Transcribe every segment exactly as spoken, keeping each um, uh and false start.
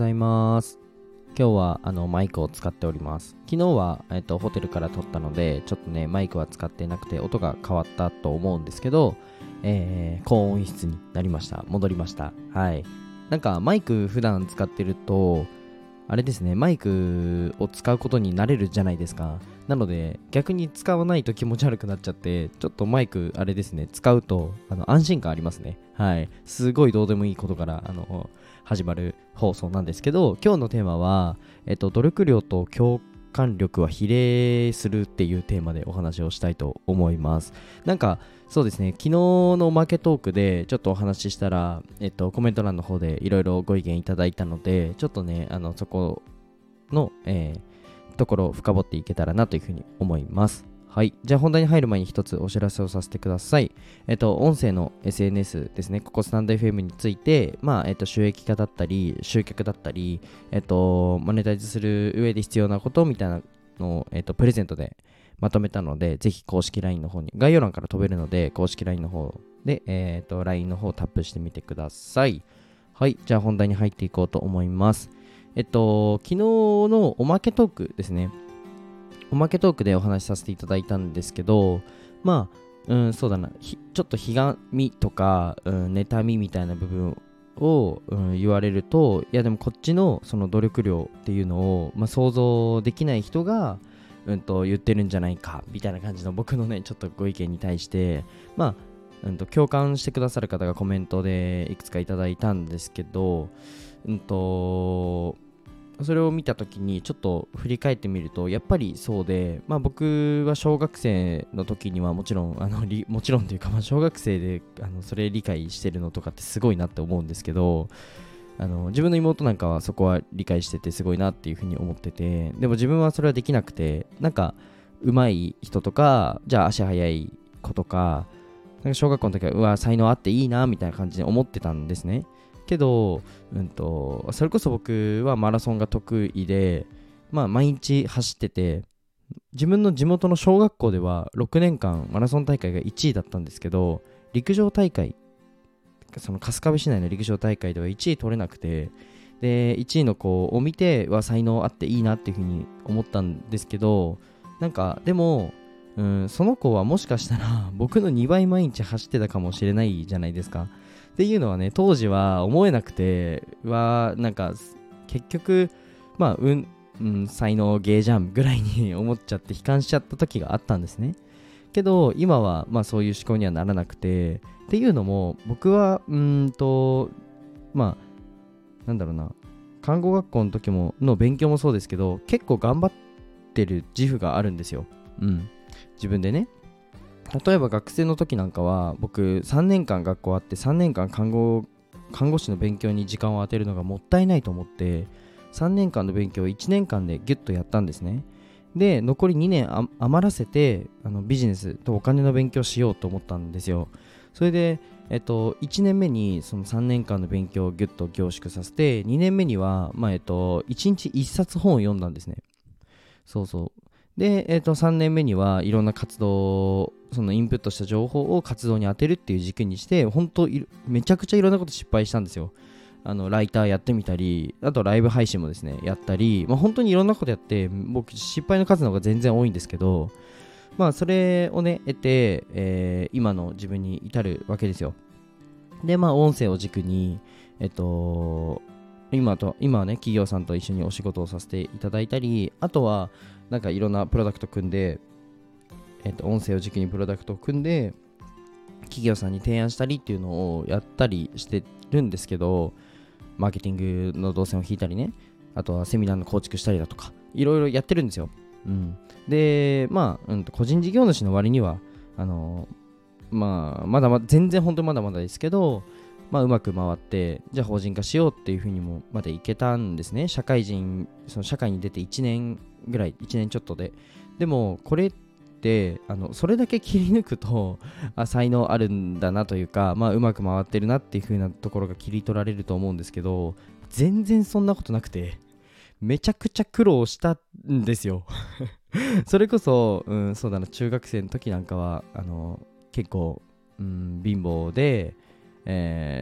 ざいます。今日はあのマイクを使っております。昨日は、えっと、ホテルから撮ったのでちょっとねマイクは使ってなくて音が変わったと思うんですけど、えー、高音質になりました。戻りました。はい。なんかマイク普段使ってるとあれですね、マイクを使うことに慣れるじゃないですか。なので逆に使わないと気持ち悪くなっちゃって、ちょっとマイクあれですね、使うとあの安心感ありますね。はい。すごいどうでもいいことからあの始まる放送なんですけど、今日のテーマは、えっと、努力量と共感力は比例するっていうテーマでお話をしたいと思います。なんかそうですね、昨日のマーケトークでちょっとお話ししたら、えっと、コメント欄の方でいろいろご意見いただいたので、ちょっとね、あのそこの、えー、ところを深掘っていけたらなというふうに思います。はい。じゃあ本題に入る前に一つお知らせをさせてください。えっと、音声の エスエヌエス ですね。ここスタンド エフエム について、まあ、えっと、収益化だったり、集客だったり、えっと、マネタイズする上で必要なことみたいなのを、えっと、プレゼントでまとめたので、ぜひ公式 ライン の方に、概要欄から飛べるので、公式 ライン の方で、えっと、ライン の方をタップしてみてください。はい。じゃあ本題に入っていこうと思います。えっと、昨日のおまけトークですね。おまけトークでお話しさせていただいたんですけど、まあ、うん、そうだな、ちょっとひがみとか、うん、妬みみたいな部分を、うん、言われると、いやでもこっちのその努力量っていうのを、まあ、想像できない人が、うんと言ってるんじゃないかみたいな感じの僕のねちょっとご意見に対して、まあ、うんと共感してくださる方がコメントでいくつかいただいたんですけど、うんとそれを見たときにちょっと振り返ってみるとやっぱりそうで、まあ、僕は小学生の時にはもちろんあのもちろんというか、まあ、小学生であのそれ理解してるのとかってすごいなって思うんですけど、あの自分の妹なんかはそこは理解しててすごいなっていうふうに思ってて、でも自分はそれはできなくて、なんか上手い人とかじゃあ足速い子とか、なんか小学校の時はうわ才能あっていいなみたいな感じで思ってたんですね。けど、うんと、それこそ僕はマラソンが得意で、まあ毎日走ってて、自分の地元の小学校ではろくねんかんマラソン大会がいちいだったんですけど、陸上大会、その春日部市内の陸上大会ではいちい取れなくて、でいちいの子を見ては才能あっていいなっていうふうに思ったんですけど、なんかでも、うん、その子はもしかしたら僕のにばい毎日走ってたかもしれないじゃないですか。っていうのはね、当時は思えなくて、はなんか結局まあうん、うん、才能芸じゃんぐらいに思っちゃって悲観しちゃった時があったんですね。けど今はまあそういう思考にはならなくて、っていうのも僕はうーんとまあなんだろうな、看護学校の時もの勉強もそうですけど、結構頑張ってる自負があるんですよ。うん、自分でね。例えば学生の時なんかは僕さんねんかん学校あってさんねんかん看護看護師の勉強に時間を当てるのがもったいないと思って、さんねんかんの勉強をいちねんかんでギュッとやったんですね。で残りにねん余らせてあのビジネスとお金の勉強しようと思ったんですよ。それで、えっと、いちねんめにそのさんねんかんの勉強をギュッと凝縮させて、にねんめには、まあえっと、いちにちいっさつ本を読んだんですね。そうそう。で、えー、とさんねんめにはいろんな活動、そのインプットした情報を活動に当てるっていう軸にして、本当めちゃくちゃいろんなこと失敗したんですよ。あのライターやってみたり、あとライブ配信もですねやったり、まあ、本当にいろんなことやって、僕失敗の数の方が全然多いんですけど、まあそれをね得て、えー今の自分に至るわけですよ。でまあ音声を軸に、えっと今と今はね企業さんと一緒にお仕事をさせていただいたり、あとはなんかいろんなプロダクト組んで、えっと音声を軸にプロダクトを組んで企業さんに提案したりっていうのをやったりしてるんですけど、マーケティングの動線を引いたりね、あとはセミナーの構築したりだとかいろいろやってるんですよ。うん、でまあ、うん、と個人事業主の割にはあのまあまだまだ全然本当にまだまだですけど、まあ、うまく回って、じゃあ法人化しようっていうふうにもまでいけたんですね。社会人、その社会に出ていちねんぐらい、いちねんちょっとで。でも、これって、あのそれだけ切り抜くと、あ、才能あるんだなというか、まあ、うまく回ってるなっていうふうなところが切り取られると思うんですけど、全然そんなことなくて、めちゃくちゃ苦労したんですよ。それこそ、うん、そうだな、中学生の時なんかは、あの結構、うん、貧乏で、えー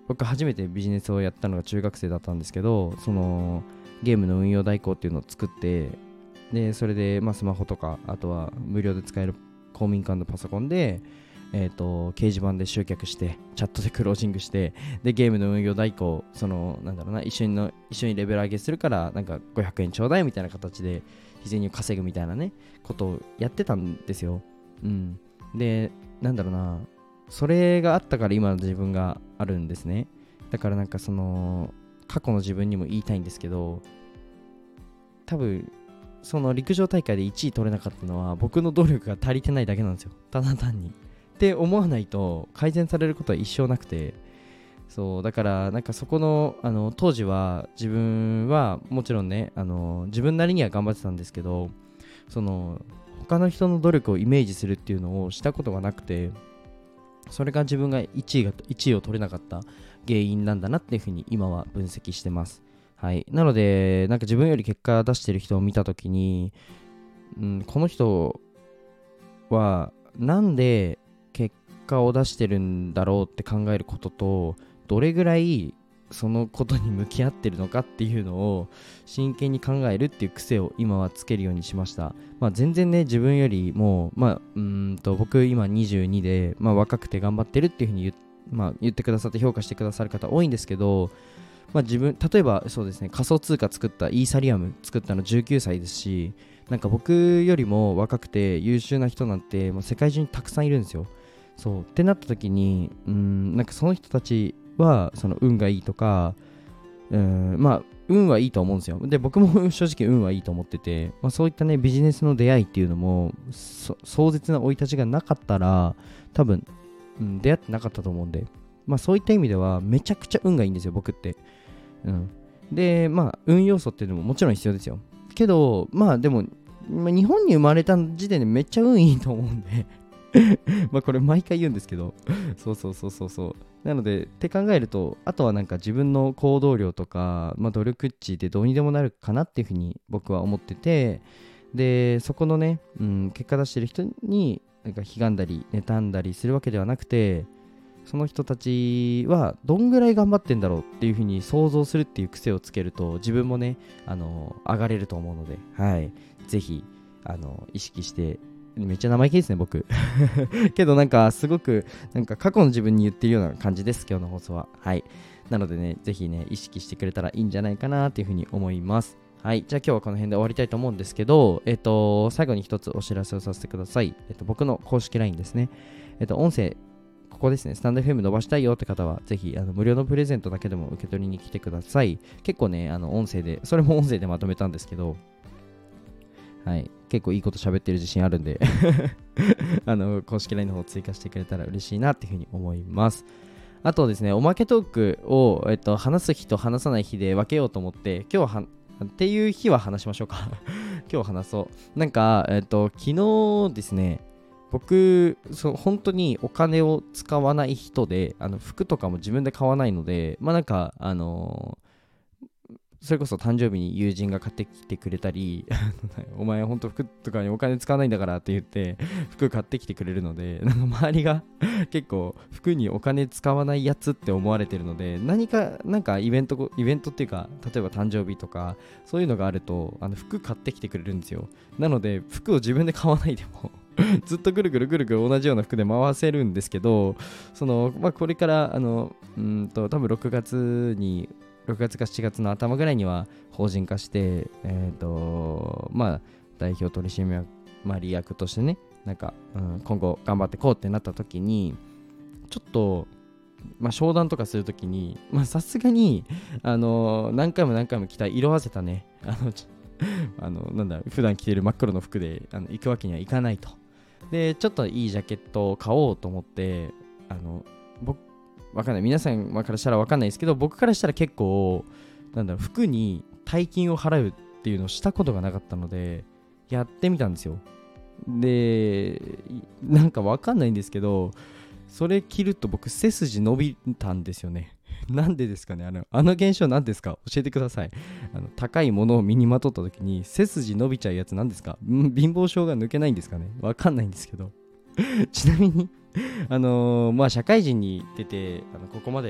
僕初めてビジネスをやったのが中学生だったんですけど、そのゲームの運用代行っていうのを作って、でそれでまあスマホとか、あとは無料で使える公民館のパソコンで、えーと掲示板で集客して、チャットでクロージングして、でゲームの運用代行、そのなんだろうな、一緒にの一緒にレベル上げするからなんかごひゃくえんちょうだいみたいな形で日銭を稼ぐみたいなねことをやってたんですよ。うん。でなんだろうな、それがあったから今の自分があるんですね。だからなんかその過去の自分にも言いたいんですけど、多分その陸上大会でいちい取れなかったのは僕の努力が足りてないだけなんですよ、ただ単に。って思わないと改善されることは一生なくて、そうだからなんかそこの、あの当時は自分はもちろんね、あの自分なりには頑張ってたんですけど、その他の人の努力をイメージするっていうのをしたことがなくて、それが自分がいちいがいちいを取れなかった原因なんだなっていうふうに今は分析してます。はい。なのでなんか自分より結果出してる人を見たときに、うん、この人はなんで結果を出してるんだろうって考えることと、どれぐらいそのことに向き合ってるのかっていうのを真剣に考えるっていう癖を今はつけるようにしました。まあ全然ね、自分よりもまあうーんと僕今にじゅうにで、まあ若くて頑張ってるっていうふうに言,、まあ、言ってくださって評価してくださる方多いんですけど、まあ自分例えばそうですね、仮想通貨作ったイーサリアム作ったのじゅうきゅうさいですし、なんか僕よりも若くて優秀な人なんてもう世界中にたくさんいるんですよ。そうってなった時に、うーんなんかその人たちはその運がいいとか、うーんまあ運はいいと思うんですよ。で僕も正直運はいいと思ってて、まあ、そういったねビジネスの出会いっていうのも壮絶な生い立ちがなかったら多分、うん、出会ってなかったと思うんで、まあそういった意味ではめちゃくちゃ運がいいんですよ僕って。うん、でまあ運要素っていうのももちろん必要ですよ。けどまあでも、まあ、日本に生まれた時点でめっちゃ運いいと思うんでまあこれ毎回言うんですけどそうそうそうそうそうなのでって考えると、あとはなんか自分の行動量とか、まあ、努力値でどうにでもなるかなっていうふうに僕は思ってて、でそこのね、うん、結果出してる人になんか悲願だり妬んだりするわけではなくて、その人たちはどんぐらい頑張ってんだろうっていうふうに想像するっていう癖をつけると、自分もね、あの上がれると思うので、はい、ぜひあの意識して。めっちゃ生意気ですね僕けどなんかすごくなんか過去の自分に言ってるような感じです、今日の放送は。はい、なのでね、ぜひね意識してくれたらいいんじゃないかなっていうふうに思います。はい、じゃあ今日はこの辺で終わりたいと思うんですけど、えっと最後に一つお知らせをさせてください。えっと僕の公式 ライン ですね。えっと音声ここですね、スタンド エフエム 伸ばしたいよって方はぜひあの無料のプレゼントだけでも受け取りに来てください。結構ね、あの音声で、それも音声でまとめたんですけど、はい、結構いいこと喋ってる自信あるんであの公式 ライン の方追加してくれたら嬉しいなっていうふうに思います。あとですね、おまけトークを、えっと、話す日と話さない日で分けようと思って、今日はっていう日は話しましょうか今日話そう。なんか、えっと、昨日ですね、僕そう本当にお金を使わない人で、あの服とかも自分で買わないので、まあなんかあのーそれこそ誕生日に友人が買ってきてくれたりお前ほんと服とかにお金使わないんだからって言って服買ってきてくれるので、なんか周りが結構服にお金使わないやつって思われてるので、何かなんかイベントイベントっていうか、例えば誕生日とかそういうのがあるとあの服買ってきてくれるんですよ。なので服を自分で買わないでもずっとぐるぐるぐるぐる同じような服で回せるんですけど、そのまあこれからあのうんと多分ろくがつにろくがつかしちがつの頭ぐらいには法人化して、えっと、まあ、代表取締役としてね、なんか、うん、今後頑張ってこうってなった時に、ちょっと、まあ、商談とかするときに、まあ、さすがに、あのー、何回も何回も着た色あせたね、あの、あのなんだ、普段着てる真っ黒の服であの行くわけにはいかないと。で、ちょっといいジャケットを買おうと思って、あの、僕、わかんない。皆さんからしたらわかんないですけど、僕からしたら結構、なんだろう、服に大金を払うっていうのをしたことがなかったので、やってみたんですよ。で、なんかわかんないんですけど、それ着ると僕、背筋伸びたんですよね。なんでですかね、あの、あの現象なんですか、教えてください。あの高いものを身にまとった時に背筋伸びちゃうやつなんですか？ん貧乏症が抜けないんですかね、わかんないんですけど。ちなみにあのー、まあ社会人に出てあのここまで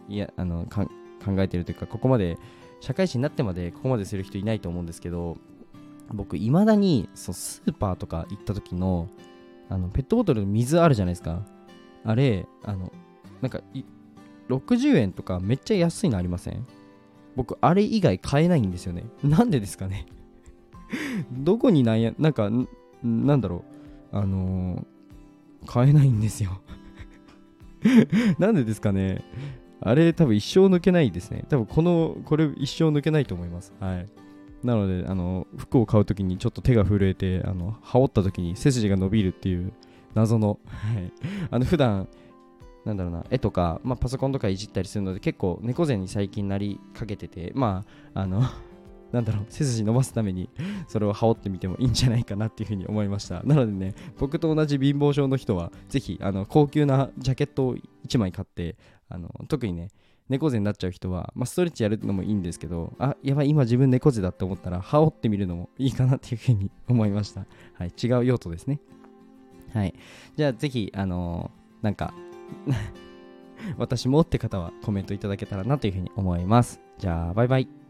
いやあのか考えてるというか、ここまで社会人になってまでここまでする人いないと思うんですけど、僕いまだにそうスーパーとか行った時のあのペットボトルの水あるじゃないですか。あれあのなんかろくじゅうえんとかめっちゃ安いのありません？僕あれ以外買えないんですよね。なんでですかね。どこになんやなんかんなんだろうあのー、買えないんですよ。なんでですかね。あれ多分一生抜けないですね。多分このこれ一生抜けないと思います。はい。なのであの服を買うときにちょっと手が震えて、あの羽織ったときに背筋が伸びるっていう謎の、はい、あの普段なんだろうな、絵とか、まあ、パソコンとかいじったりするので結構猫背に最近なりかけてて、まああのなんだろう、背筋伸ばすためにそれを羽織ってみてもいいんじゃないかなっていうふうに思いました。なのでね、僕と同じ貧乏症の人はぜひあの高級なジャケットをいちまい買って、あの特にね猫背になっちゃう人は、まあ、ストレッチやるのもいいんですけど、あ、やばい今自分猫背だって思ったら羽織ってみるのもいいかなっていうふうに思いました。はい、違う用途ですね。はい、じゃあぜひあのー、なんか私もって方はコメントいただけたらなというふうに思います。じゃあバイバイ。